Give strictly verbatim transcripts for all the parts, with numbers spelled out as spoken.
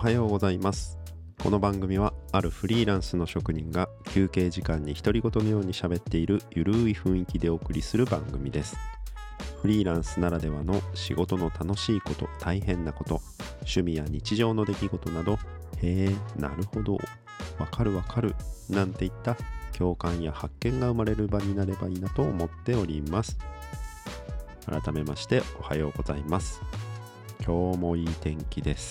はようございます。この番組はあるフリーランスの職人が休憩時間に独り言のように喋っているゆるい雰囲気でお送りする番組です。フリーランスならではの仕事の楽しいこと、大変なこと、趣味や日常の出来事など、へえ、なるほど、わかるわかるなんていった共感や発見が生まれる場になればいいなと思っております。改めましておはようございます。今日もいい天気です。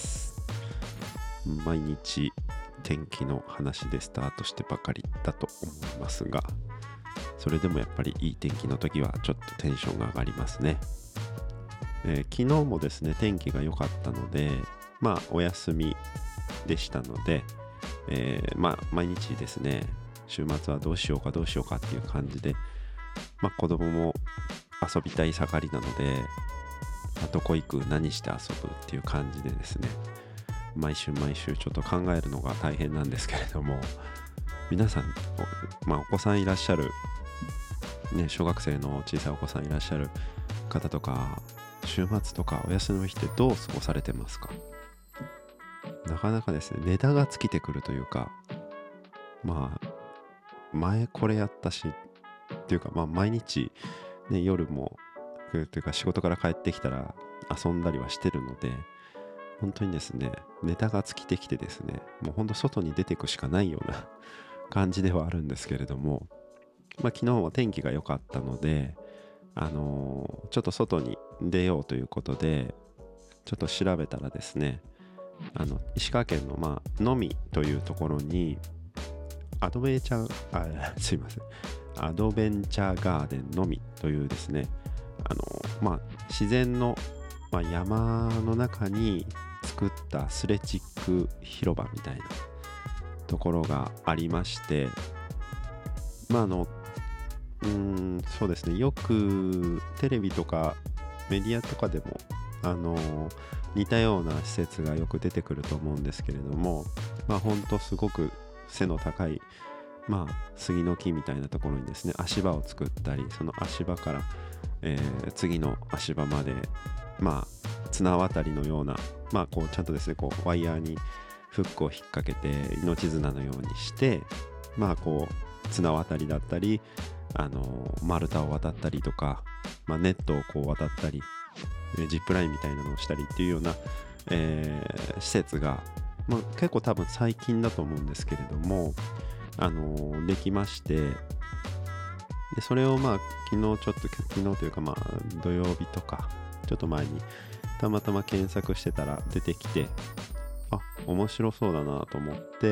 毎日天気の話でスタートしてばかりだと思いますが、それでもやっぱりいい天気の時はちょっとテンションが上がりますね。えー昨日もですね天気が良かったので、まあお休みでしたので、えーまあ毎日ですね週末はどうしようかどうしようかっていう感じで、まあ子供も遊びたい盛りなので、まあどこ行く何して遊ぶっていう感じでですね、毎週毎週ちょっと考えるのが大変なんですけれども、皆さんお,、まあ、お子さんいらっしゃる、ね、小学生の小さいお子さんいらっしゃる方とか、週末とかお休みの日ってどう過ごされてますか？なかなかですねネタが尽きてくるというか、まあ前これやったしっていうか、まあ毎日、ね、夜もというか仕事から帰ってきたら遊んだりはしてるので、本当にですねネタが尽きてきてですね、もう本当外に出ていくしかないような感じではあるんですけれども、まあ昨日は天気が良かったので、あのーちょっと外に出ようということでちょっと調べたらですね、あの石川県のまあ能美というところにアドベンチャーあすいませんアドベンチャーガーデンのみというですね、あのまあ自然の、まあ、山の中に作ったアスレチック広場みたいなところがありまして、まああのうーんそうですね、よくテレビとかメディアとかでもあの似たような施設がよく出てくると思うんですけれども、まあ本当すごく背の高い、まあ杉の木みたいなところにですね足場を作ったり、その足場から、えー次の足場まで、まあ綱渡りのような、まあこうちゃんとですねこうワイヤーにフックを引っ掛けて命綱のようにして、まあこう綱渡りだったり、あのー丸太を渡ったりとか、まあ、ネットをこう渡ったり、えージップラインみたいなのをしたりっていうような、えー施設が、まあ、結構多分最近だと思うんですけれども、あのーできまして、でそれをまあ昨日ちょっと昨日というかまあ土曜日とかちょっと前にたまたま検索してたら出てきて、あ、面白そうだなと思って、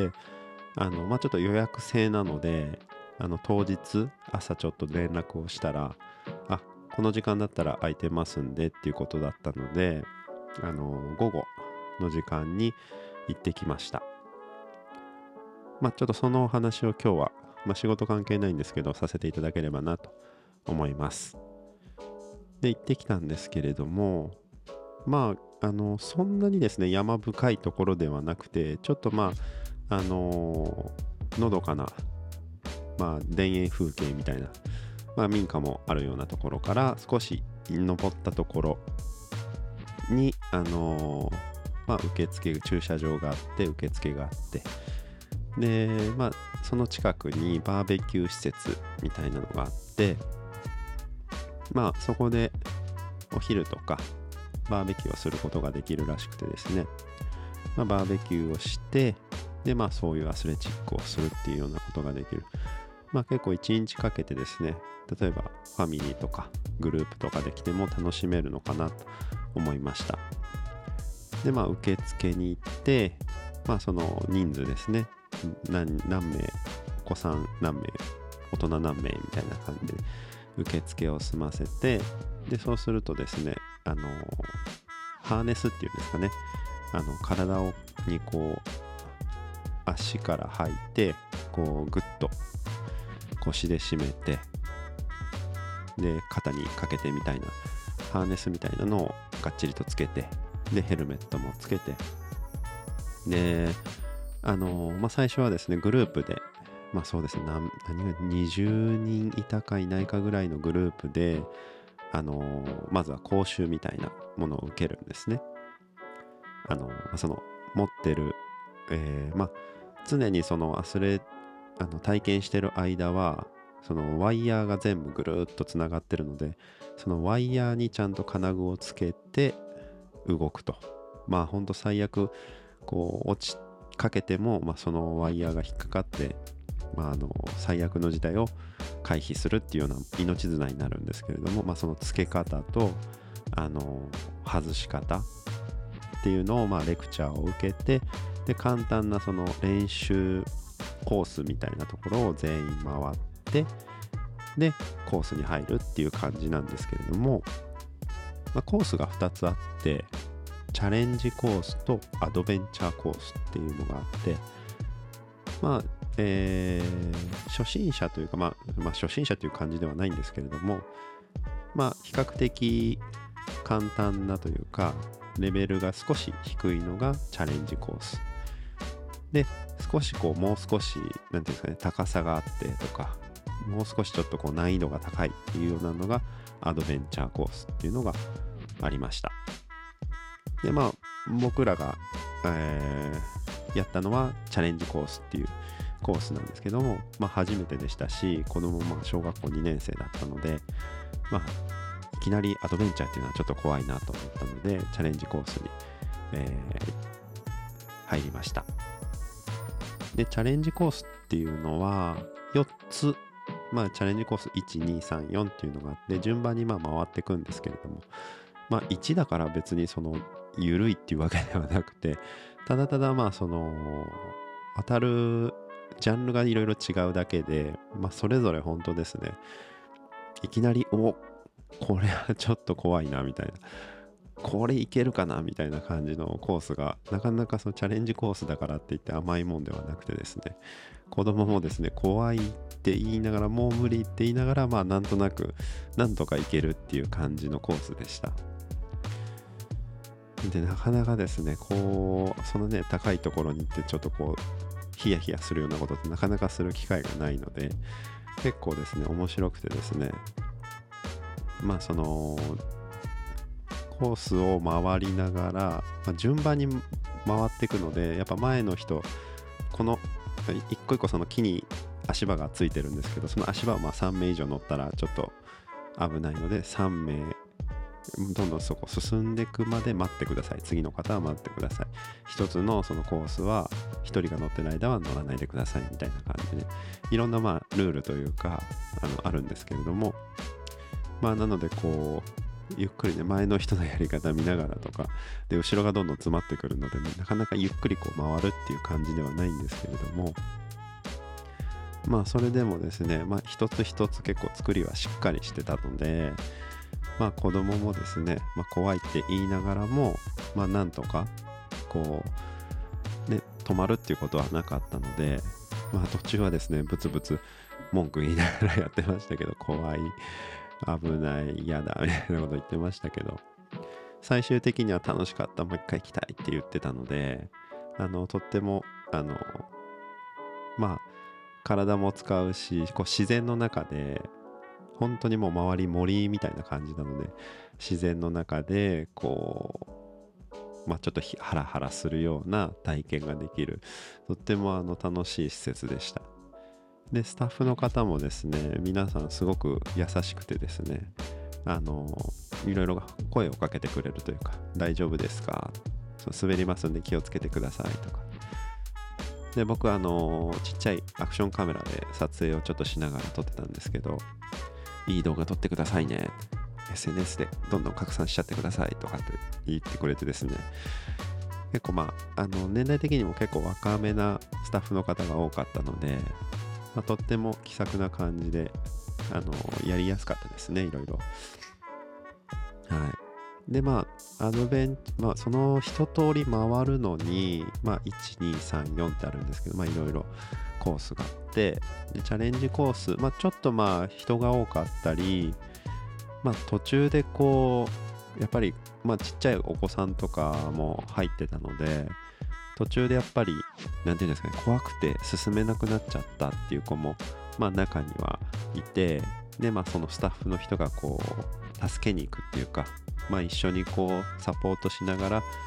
あの、まあ、ちょっと予約制なので、あの、当日、朝ちょっと連絡をしたら、あ、この時間だったら空いてますんでっていうことだったので、あの、午後の時間に行ってきました。まあ、ちょっとそのお話を今日は、まあ、仕事関係ないんですけど、させていただければなと思います。で、行ってきたんですけれども、まあ、あの、そんなにですね、山深いところではなくて、ちょっとまあ、あのーのどかな、まあ、田園風景みたいな、まあ、民家もあるようなところから少し登ったところに、あのーまあ、受付、駐車場があって、受付があって、で、まあ、その近くにバーベキュー施設みたいなのがあって、まあ、そこでお昼とかバーベキューをすることができるらしくてですね、まあ、バーベキューをして、で、まあ、そういうアスレチックをするっていうようなことができる。まあ、結構いちにちかけてですね、例えばファミリーとかグループとかで来ても楽しめるのかなと思いました。で、まあ、受付に行って、まあ、その人数ですね、何、何名、お子さん何名、大人何名みたいな感じで受付を済ませて、で、そうするとですね、あの、ハーネスっていうんですかね、あの、体をにこう、足から履いて、こう、ぐっと腰で締めて、で、肩にかけてみたいな、ハーネスみたいなのをがっちりとつけて、で、ヘルメットもつけて、で、あの、まあ、最初はですね、グループで、まあそうですね、何、何がにじゅうにんいたかいないかぐらいのグループで、あの、まずは講習みたいなものを受けるんですね。あの、その、持ってるえーまあ、常にそのアスレあの体験してる間はそのワイヤーが全部ぐるっとつながってるので、そのワイヤーにちゃんと金具をつけて動くと。まあほんと最悪こう落ちかけても、まあ、そのワイヤーが引っかかって、まあ、あの最悪の事態を回避するっていうような命綱になるんですけれども、まあ、その付け方とあの外し方っていうのを、まあ、レクチャーを受けて、で簡単なその練習コースみたいなところを全員回ってでコースに入るっていう感じなんですけれども、まあ、コースがふたつあって、チャレンジコースとアドベンチャーコースっていうのがあって、まあえー、初心者というか、まあ、まあ初心者という感じではないんですけれども、まあ比較的簡単なというかレベルが少し低いのがチャレンジコースで、少しこうもう少しなんていうんですかね、高さがあってとか、もう少しちょっとこう難易度が高いっていうようなのがアドベンチャーコースっていうのがありました。でまあ僕らが、えーやったのはチャレンジコースっていうコースなんですけども、まあ初めてでしたし、子供も小学校にねん生だったので、まあいきなりアドベンチャーっていうのはちょっと怖いなと思ったので、チャレンジコースに、えー入りました。でチャレンジコースっていうのはよっつ、まあチャレンジコースいち、に、さん、よんっていうのがあって、順番にまあ回っていくんですけれども、まあいちだから別にその緩いっていうわけではなくて、ただただまあその当たるジャンルがいろいろ違うだけで、まあそれぞれ本当ですね、いきなりおこれはちょっと怖いなみたいな、これいけるかなみたいな感じのコースが、なかなかそのチャレンジコースだからって言って甘いもんではなくてですね、子供もですね怖いって言いながら、もう無理って言いながら、まあなんとなくなんとかいけるっていう感じのコースでした。でなかなかですねこうそのね高いところに行ってちょっとこうヒヤヒヤするようなことってなかなかする機会がないので、結構ですね面白くてですね、まあそのコースを回りながら、まあ、順番に回っていくので、やっぱ前の人この一個一個その木に足場がついてるんですけど、その足場をまあさんめい以上乗ったらちょっと危ないので、さんめいどんどんそこ進んでいくまで待ってください、次の方は待ってください、一つのそのコースは一人が乗ってる間は乗らないでくださいみたいな感じで、いろんなまあルールというかあのあるんですけれども、まあなのでこうゆっくりね前の人のやり方見ながらとかで、後ろがどんどん詰まってくるので、ね、なかなかゆっくりこう回るっていう感じではないんですけれども、まあそれでもですね、まあ一つ一つ結構作りはしっかりしてたので、まあ子供もですね、まあ、怖いって言いながらも、まあなんとかこうね止まるっていうことはなかったので、まあ途中はですねブツブツ文句言いながらやってましたけど、怖い、危ない、嫌だみたいなこと言ってましたけど、最終的には楽しかった、もう一回行きたいって言ってたので、あのとってもあのまあ体も使うし、こう自然の中で本当にもう周り森みたいな感じなので、自然の中でこうまあちょっとハラハラするような体験ができる、とってもあの楽しい施設でした。でスタッフの方もですね皆さんすごく優しくてですね、あのいろいろ声をかけてくれるというか、大丈夫ですか、そう滑りますんで気をつけてくださいとかで、僕はあのちっちゃいアクションカメラで撮影をちょっとしながら撮ってたんですけど、いい動画撮ってくださいね、 エスエヌエス でどんどん拡散しちゃってくださいとかって言ってくれてですね、結構まああの年代的にも結構若めなスタッフの方が多かったので、まあ、とっても気さくな感じであのやりやすかったですね、いろいろ。はい。でまあアドベンまあその一通り回るのに、まあいち、に、さん、よんってあるんですけど、まあいろいろコースがあって、でチャレンジコース、まあちょっとまあ人が多かったり、まあ途中でこうやっぱりまあちっちゃいお子さんとかも入ってたので、途中でやっぱりなんていうんですかね、怖くて進めなくなっちゃったっていう子もまあ中にはいて、でまあそのスタッフの人がこう助けに行くっていうか、まあ一緒にこうサポートしながら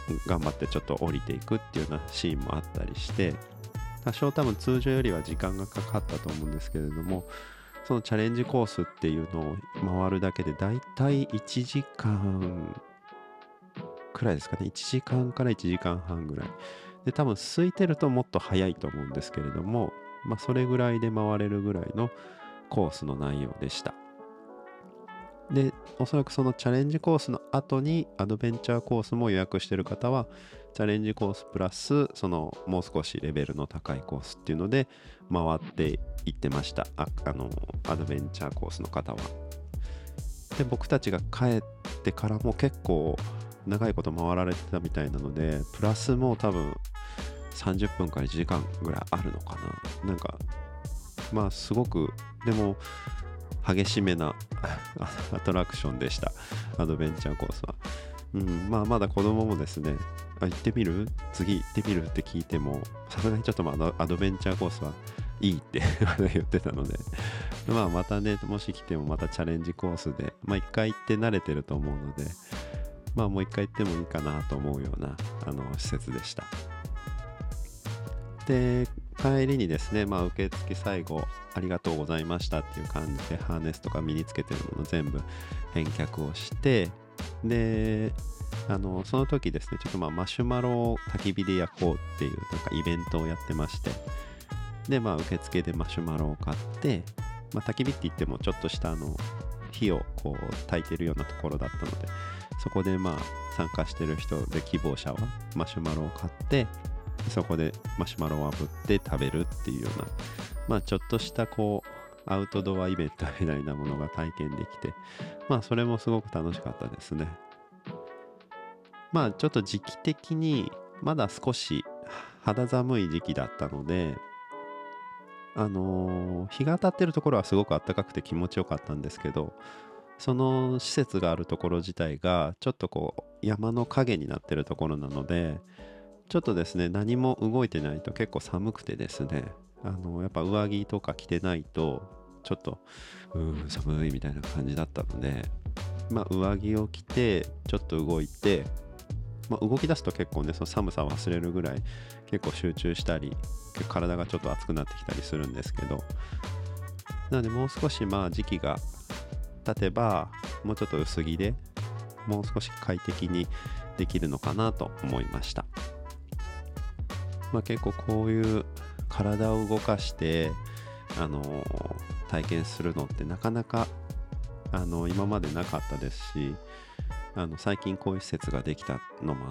頑張ってちょっと降りていくっていうようなシーンもあったりして、多少多分通常よりは時間がかかったと思うんですけれども、そのチャレンジコースっていうのを回るだけでだいたいいちじかんくらいですかね。いちじかんからいちじかんはんぐらいで、多分空いてるともっと早いと思うんですけれども、まあそれぐらいで回れるぐらいのコースの内容でした。で、おそらくそのチャレンジコースの後にアドベンチャーコースも予約している方は、チャレンジコースプラスそのもう少しレベルの高いコースっていうので回っていってました。あ、あのアドベンチャーコースの方は。で、僕たちが帰ってからも結構長いこと回られてたみたいなので、プラスも多分さんじゅっぷんからいちじかんぐらいあるのかな。なんかまあすごくでも激しめなアトラクションでした、アドベンチャーコースは。うん、まあまだ子供もですね、あ、行ってみる？次行ってみる？って聞いても、さすがにちょっとまあアドベンチャーコースはいいって言ってたので、まあまたね、もし来てもまたチャレンジコースで、まあ一回行って慣れてると思うので、まあもう一回行ってもいいかなと思うようなあの施設でした。で、帰りにですね、まあ受付最後ありがとうございましたっていう感じでハーネスとか身につけてるもの全部返却をして、で、あのその時ですね、ちょっとまあマシュマロを焚き火で焼こうっていうなんかイベントをやってまして、でまあ受付でマシュマロを買って、まあ、焚き火って言ってもちょっとしたあの火をこう焚いてるようなところだったので、そこでまあ参加してる人で希望者はマシュマロを買って、そこでマシュマロを炙って食べるっていうような、まあちょっとしたこうアウトドアイベントみたいなものが体験できて、まあそれもすごく楽しかったですね。まあちょっと時期的にまだ少し肌寒い時期だったので、あのー日が当たってるところはすごく暖かくて気持ちよかったんですけど、その施設があるところ自体がちょっとこう山の影になってるところなので、ちょっとですね、何も動いてないと結構寒くてですね、あのやっぱ上着とか着てないとちょっとうーん寒いみたいな感じだったので、まあ上着を着てちょっと動いて、まあ、動き出すと結構ね、その寒さを忘れるぐらい結構集中したり、結構体がちょっと熱くなってきたりするんですけど、なのでもう少しまあ時期が経てばもうちょっと薄着でもう少し快適にできるのかなと思いました。まあ、結構こういう体を動かしてあのー体験するのってなかなかあの今までなかったですし、あの最近こういう施設ができたのもあって、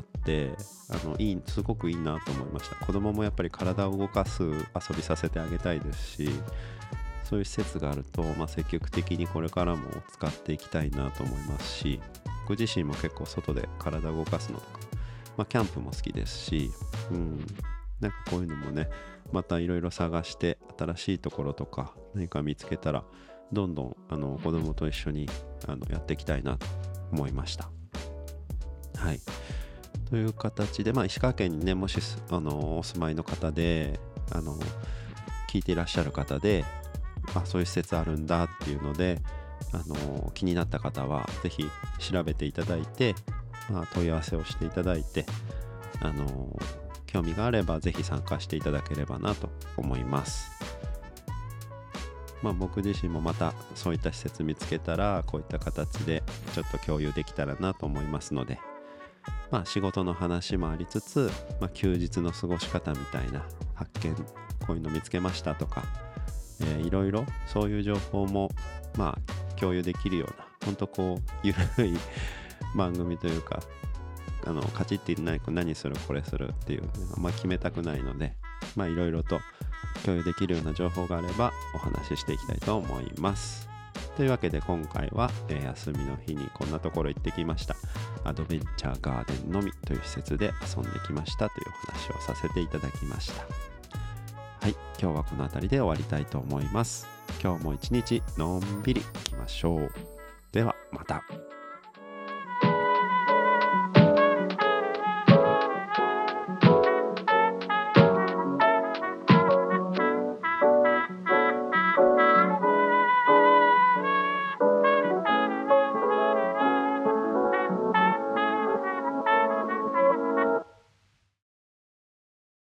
あのいいすごくいいなと思いました。子供もやっぱり体を動かす遊びさせてあげたいですし、そういう施設があると、まあ、積極的にこれからも使っていきたいなと思いますし、僕自身も結構外で体を動かすのとか、まあ、キャンプも好きですし、うん、なんかこういうのもね、またいろいろ探して新しいところとか何か見つけたらどんどんあの子供と一緒にあのやっていきたいなと思いました。はい、という形で、まあ、石川県にね、もしあのお住まいの方であの聞いていらっしゃる方で、あ、そういう施設あるんだっていうのであの気になった方はぜひ調べていただいて、まあ、問い合わせをしていただいて、あの興味があればぜひ参加していただければなと思います。まあ、僕自身もまたそういった施設見つけたらこういった形でちょっと共有できたらなと思いますので、まあ、仕事の話もありつつ、まあ、休日の過ごし方みたいな発見、こういうの見つけましたとか、えー、いろいろそういう情報もまあ共有できるような、本当こうゆるい番組というか、あのカチッて何何するこれするっていうあんま決めたくないので、まあいろいろと共有できるような情報があればお話ししていきたいと思います。というわけで今回は、えー、休みの日にこんなところ行ってきました、アドベンチャーガーデンのみという施設で遊んできましたというお話をさせていただきました。はい、今日はこの辺りで終わりたいと思います。今日も一日のんびりいきましょう。ではまた。